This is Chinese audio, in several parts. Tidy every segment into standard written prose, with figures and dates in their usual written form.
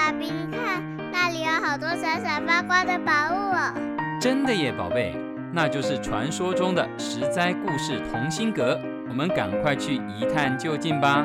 爸比，你看那里有好多闪闪发光的宝物哦。 真的耶，宝贝，那就是传说中的十灾故事同心阁，我们赶快去一探究竟吧。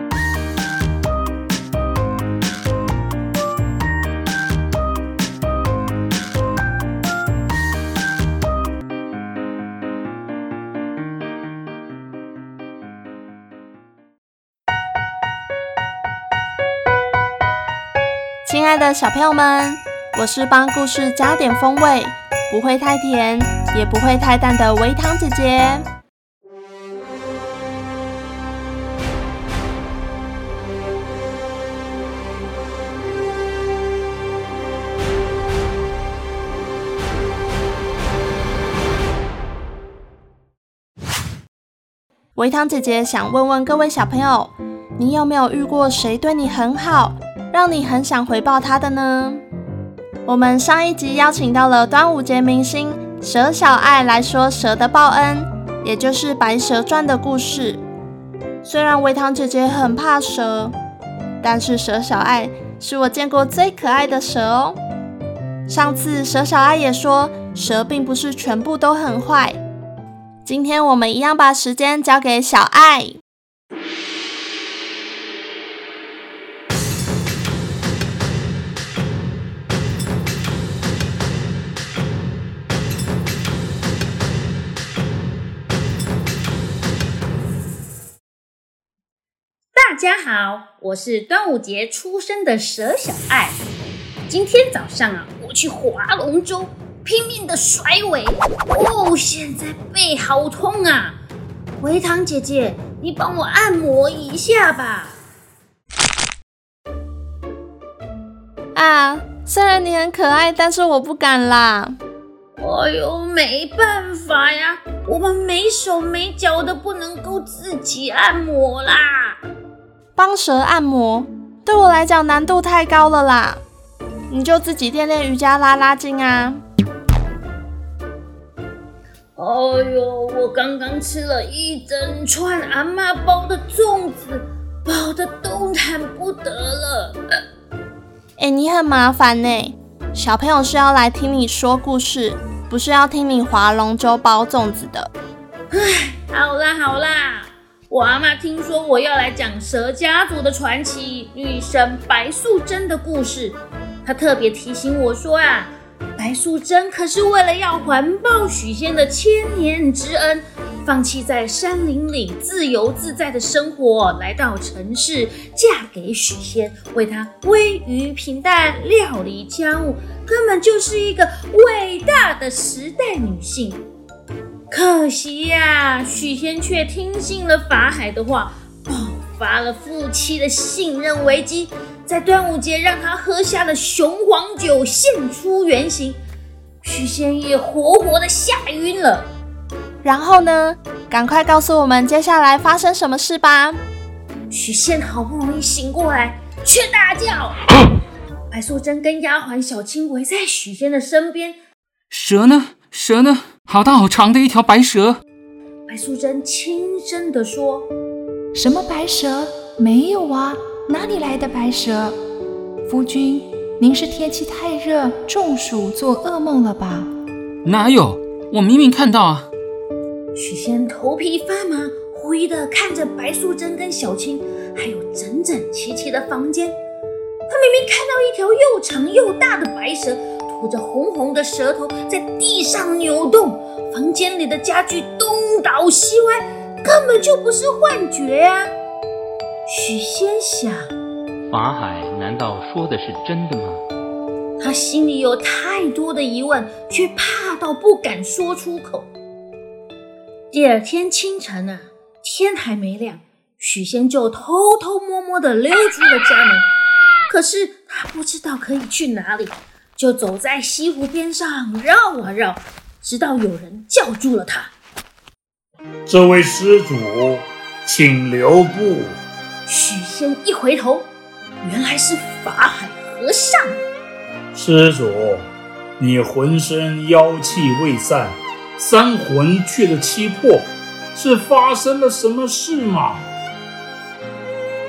亲爱的小朋友们，我是帮故事加点风味，不会太甜，也不会太淡的微糖姐姐。微糖姐姐想问问各位小朋友，你有没有遇过谁对你很好，让你很想回报他的呢？我们上一集邀请到了端午节明星蛇小爱来说蛇的报恩，也就是白蛇传的故事。虽然微糖姐姐很怕蛇，但是蛇小爱是我见过最可爱的蛇哦。上次蛇小爱也说，蛇并不是全部都很坏。今天我们一样把时间交给小爱。 大家好，我是端午节出生的蛇小爱。今天早上啊，我去划龙舟，拼命的甩尾，现在背好痛啊！微糖姐姐，你帮我按摩一下吧。 啊，虽然你很可爱，但是我不敢啦。 哎呦，没办法呀，我们没手没脚的，不能够自己按摩啦。 帮蛇按摩对我来讲难度太高了啦，你就自己练练瑜伽拉拉筋啊。 哎呦，我刚刚吃了一整串阿嬷包的粽子，饱得动弹不得了。 你很麻烦呢，小朋友是要来听你说故事，不是要听你划龙舟包粽子的。 好啦，我阿嬷听说我要来讲蛇家族的传奇女神白素贞的故事，她特别提醒我说啊，白素贞可是为了要还报许仙的千年之恩，放弃在山林里自由自在的生活，来到城市嫁给许仙，为他煨鱼平淡，料理家务，根本就是一个伟大的时代女性。可惜呀，许仙却听信了法海的话，爆发了夫妻的信任危机，在端午节让他喝下了雄黄酒，现出原形，许仙也活活的吓晕了。 然后呢，赶快告诉我们接下来发生什么事吧。 许仙好不容易醒过来，却大叫。白素贞跟丫鬟小青围在许仙的身边。 蛇呢？好大好长的一条白蛇。 白素贞轻声地说： 什么白蛇？没有啊，哪里来的白蛇？夫君，您是天气太热中暑做噩梦了吧？ 哪有，我明明看到啊。 许仙头皮发麻，狐疑地看着白素贞跟小青，还有整整齐齐的房间。他明明看到一条又长又大的白蛇，吐着红红的舌头在地上扭动，房间里的家具东倒西歪，根本就不是幻觉啊。许仙想， 法海难道说的是真的吗？ 他心里有太多的疑问，却怕到不敢说出口。第二天清晨啊，天还没亮，许仙就偷偷摸摸地溜出了家门。可是他不知道可以去哪里，就走在西湖边上绕啊绕，直到有人叫住了他。 这位施主，请留步。 许仙一回头，原来是法海和尚。 施主，你浑身妖气未散，三魂却的七魄，是发生了什么事吗？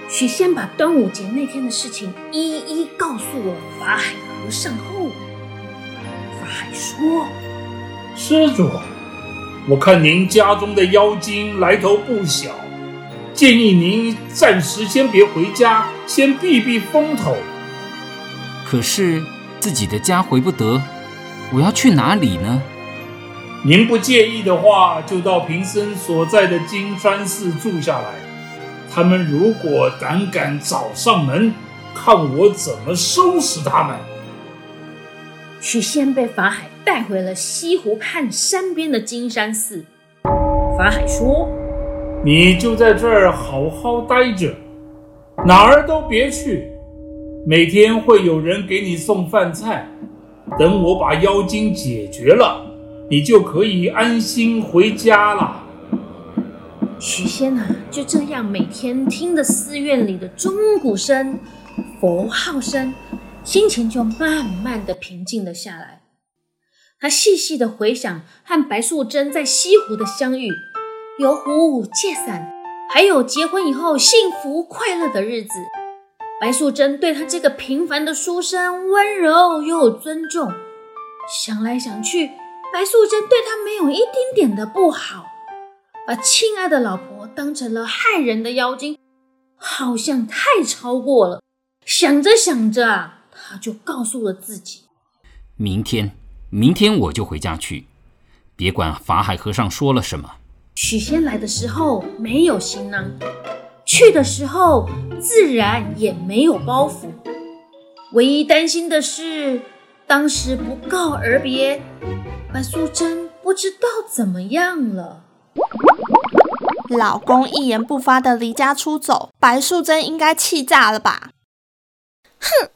许仙把端午节那天的事情一一告诉了法海和尚后，法海说： 施主，我看您家中的妖精来头不小，建议您暂时先别回家，先避避风头。 可是自己的家回不得，我要去哪里呢？ 您不介意的话，就到贫僧所在的金山寺住下来。他们如果胆敢找上门，看我怎么收拾他们。 许仙被法海带回了西湖畔山边的金山寺。法海说： 你就在这儿好好待着，哪儿都别去，每天会有人给你送饭菜，等我把妖精解决了，你就可以安心回家了。 许仙就这样每天听着寺院里的钟鼓声、佛号声，心情就慢慢的平静了下来。他细细的回想和白素贞在西湖的相遇，游湖借伞，还有结婚以后幸福快乐的日子。白素贞对他这个平凡的书生温柔又有尊重，想来想去，白素贞对他没有一丁点的不好，把亲爱的老婆当成了害人的妖精，好像太超过了。想着想着他就告诉了自己， 明天我就回家去，别管法海和尚说了什么。 许仙来的时候没有行囊，去的时候自然也没有包袱，唯一担心的是当时不告而别，白素贞不知道怎么样了。 老公一言不发的离家出走，白素贞应该气炸了吧？ 哼！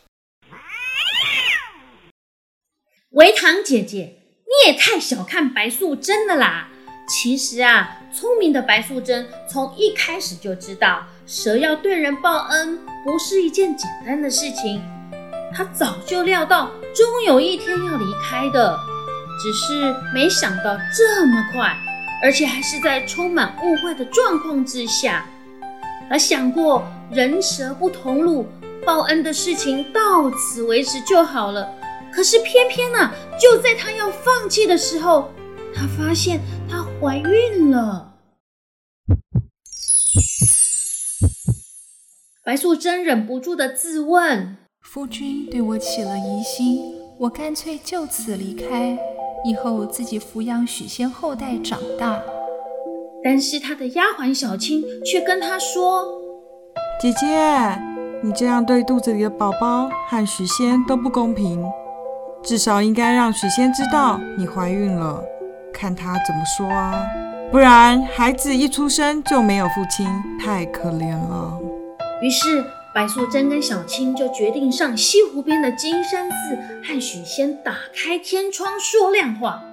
维堂姐姐，你也太小看白素贞了啦！其实聪明的白素贞从一开始就知道，蛇要对人报恩不是一件简单的事情。她早就料到，终有一天要离开的，只是没想到这么快，而且还是在充满误会的状况之下。她想过人蛇不同路，报恩的事情到此为止就好了。可是偏偏就在她要放弃的时候，她发现她怀孕了。白素贞忍不住的自问： 夫君对我起了疑心，我干脆就此离开，以后自己抚养许仙后代长大。 但是她的丫鬟小青却跟她说： 姐姐，你这样对肚子里的宝宝和许仙都不公平，至少应该让许仙知道你怀孕了，看他怎么说啊，不然孩子一出生就没有父亲，太可怜了。 于是白素贞跟小青就决定上西湖边的金山寺，和许仙打开天窗说亮话。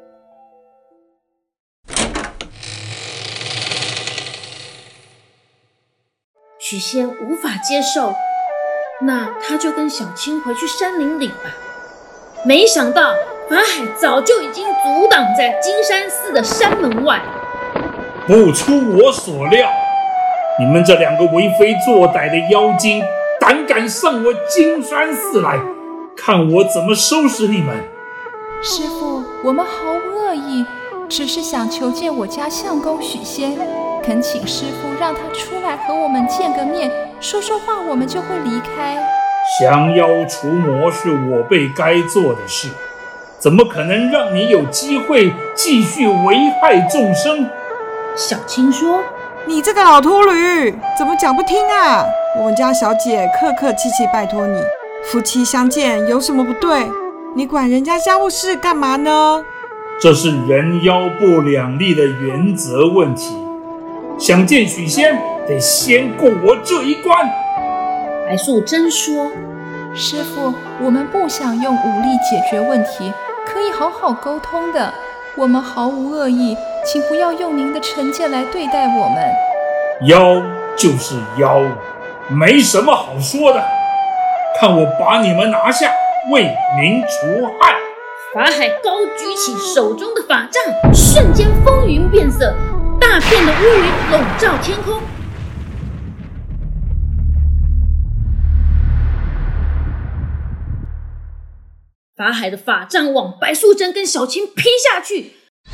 许仙无法接受，那他就跟小青回去山林里吧。没想到法海早就已经阻挡在金山寺的山门外。 不出我所料，你们这两个为非作歹的妖精，胆敢上我金山寺来，看我怎么收拾你们！ 师父，我们毫无恶意，只是想求见我家相公许仙，恳请师父让他出来和我们见个面，说说话，我们就会离开。 降妖除魔是我辈该做的事，怎么可能让你有机会继续危害众生？ 小青说： 你这个老秃驴，怎么讲不听啊？我们家小姐客客气气拜托你，夫妻相见有什么不对？你管人家家务事干嘛呢？ 这是人妖不两立的原则问题，想见许仙得先过我这一关。 白素贞说： 师父，我们不想用武力解决问题，可以好好沟通的，我们毫无恶意，请不要用您的成见来对待我们。 妖就是妖，没什么好说的，看我把你们拿下，为民除害。 法海高举起手中的法杖，瞬间风云变色，大片的乌云笼罩天空。 法海的法杖往白素贞跟小青劈下去，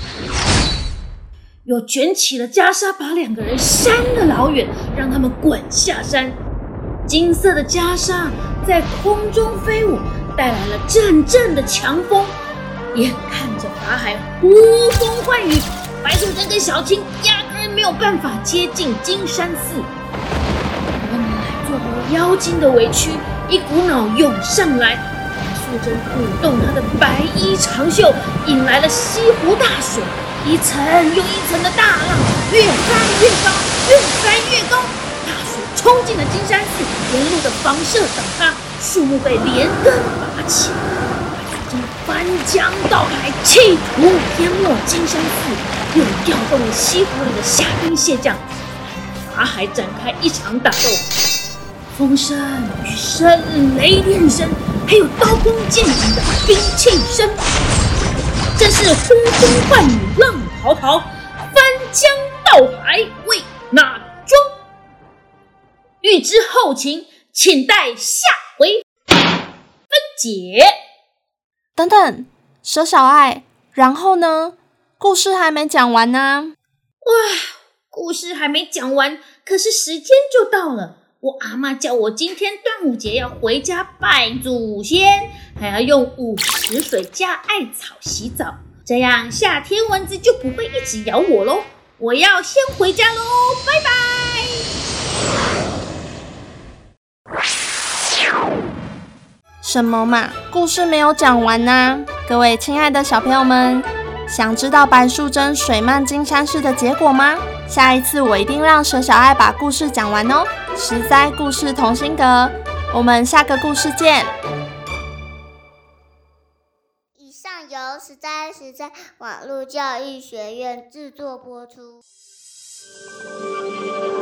又卷起了袈裟，把两个人扇了老远，让他们滚下山。金色的袈裟在空中飞舞，带来了阵阵的强风。眼看着法海呼风唤雨，白素贞跟小青压根没有办法接近金山寺。原来做了妖精的委屈一股脑涌上来，白素贞舞动她的白衣长袖，引来了西湖大水，一层又一层的大浪，越翻越高，越翻越高。大水冲进了金山寺，沿路的房舍倒塌，树木被连根拔起。白素贞翻江倒海，企图淹没金山寺，又调动了西湖里的虾兵蟹将，法海展开一场打斗。风声、雨声、雷电声，还有刀光剑影的兵器声，真是呼风唤雨，浪滔滔，翻江倒海，为哪桩？欲知后情，请待下回分解。 等等，佘小爱，然后呢？故事还没讲完呢。 哇，故事还没讲完，可是时间就到了。我阿嬷叫我今天端午节要回家拜祖先，还要用50水加艾草洗澡，这样夏天蚊子就不会一直咬我咯。我要先回家咯，拜拜。 什么嘛，故事没有讲完啊！各位亲爱的小朋友们，想知道白素贞水漫金山寺的结果吗？下一次我一定让佘小爱把故事讲完哦。实在故事同心阁，我们下个故事见。 以上由实在网络教育学院制作播出。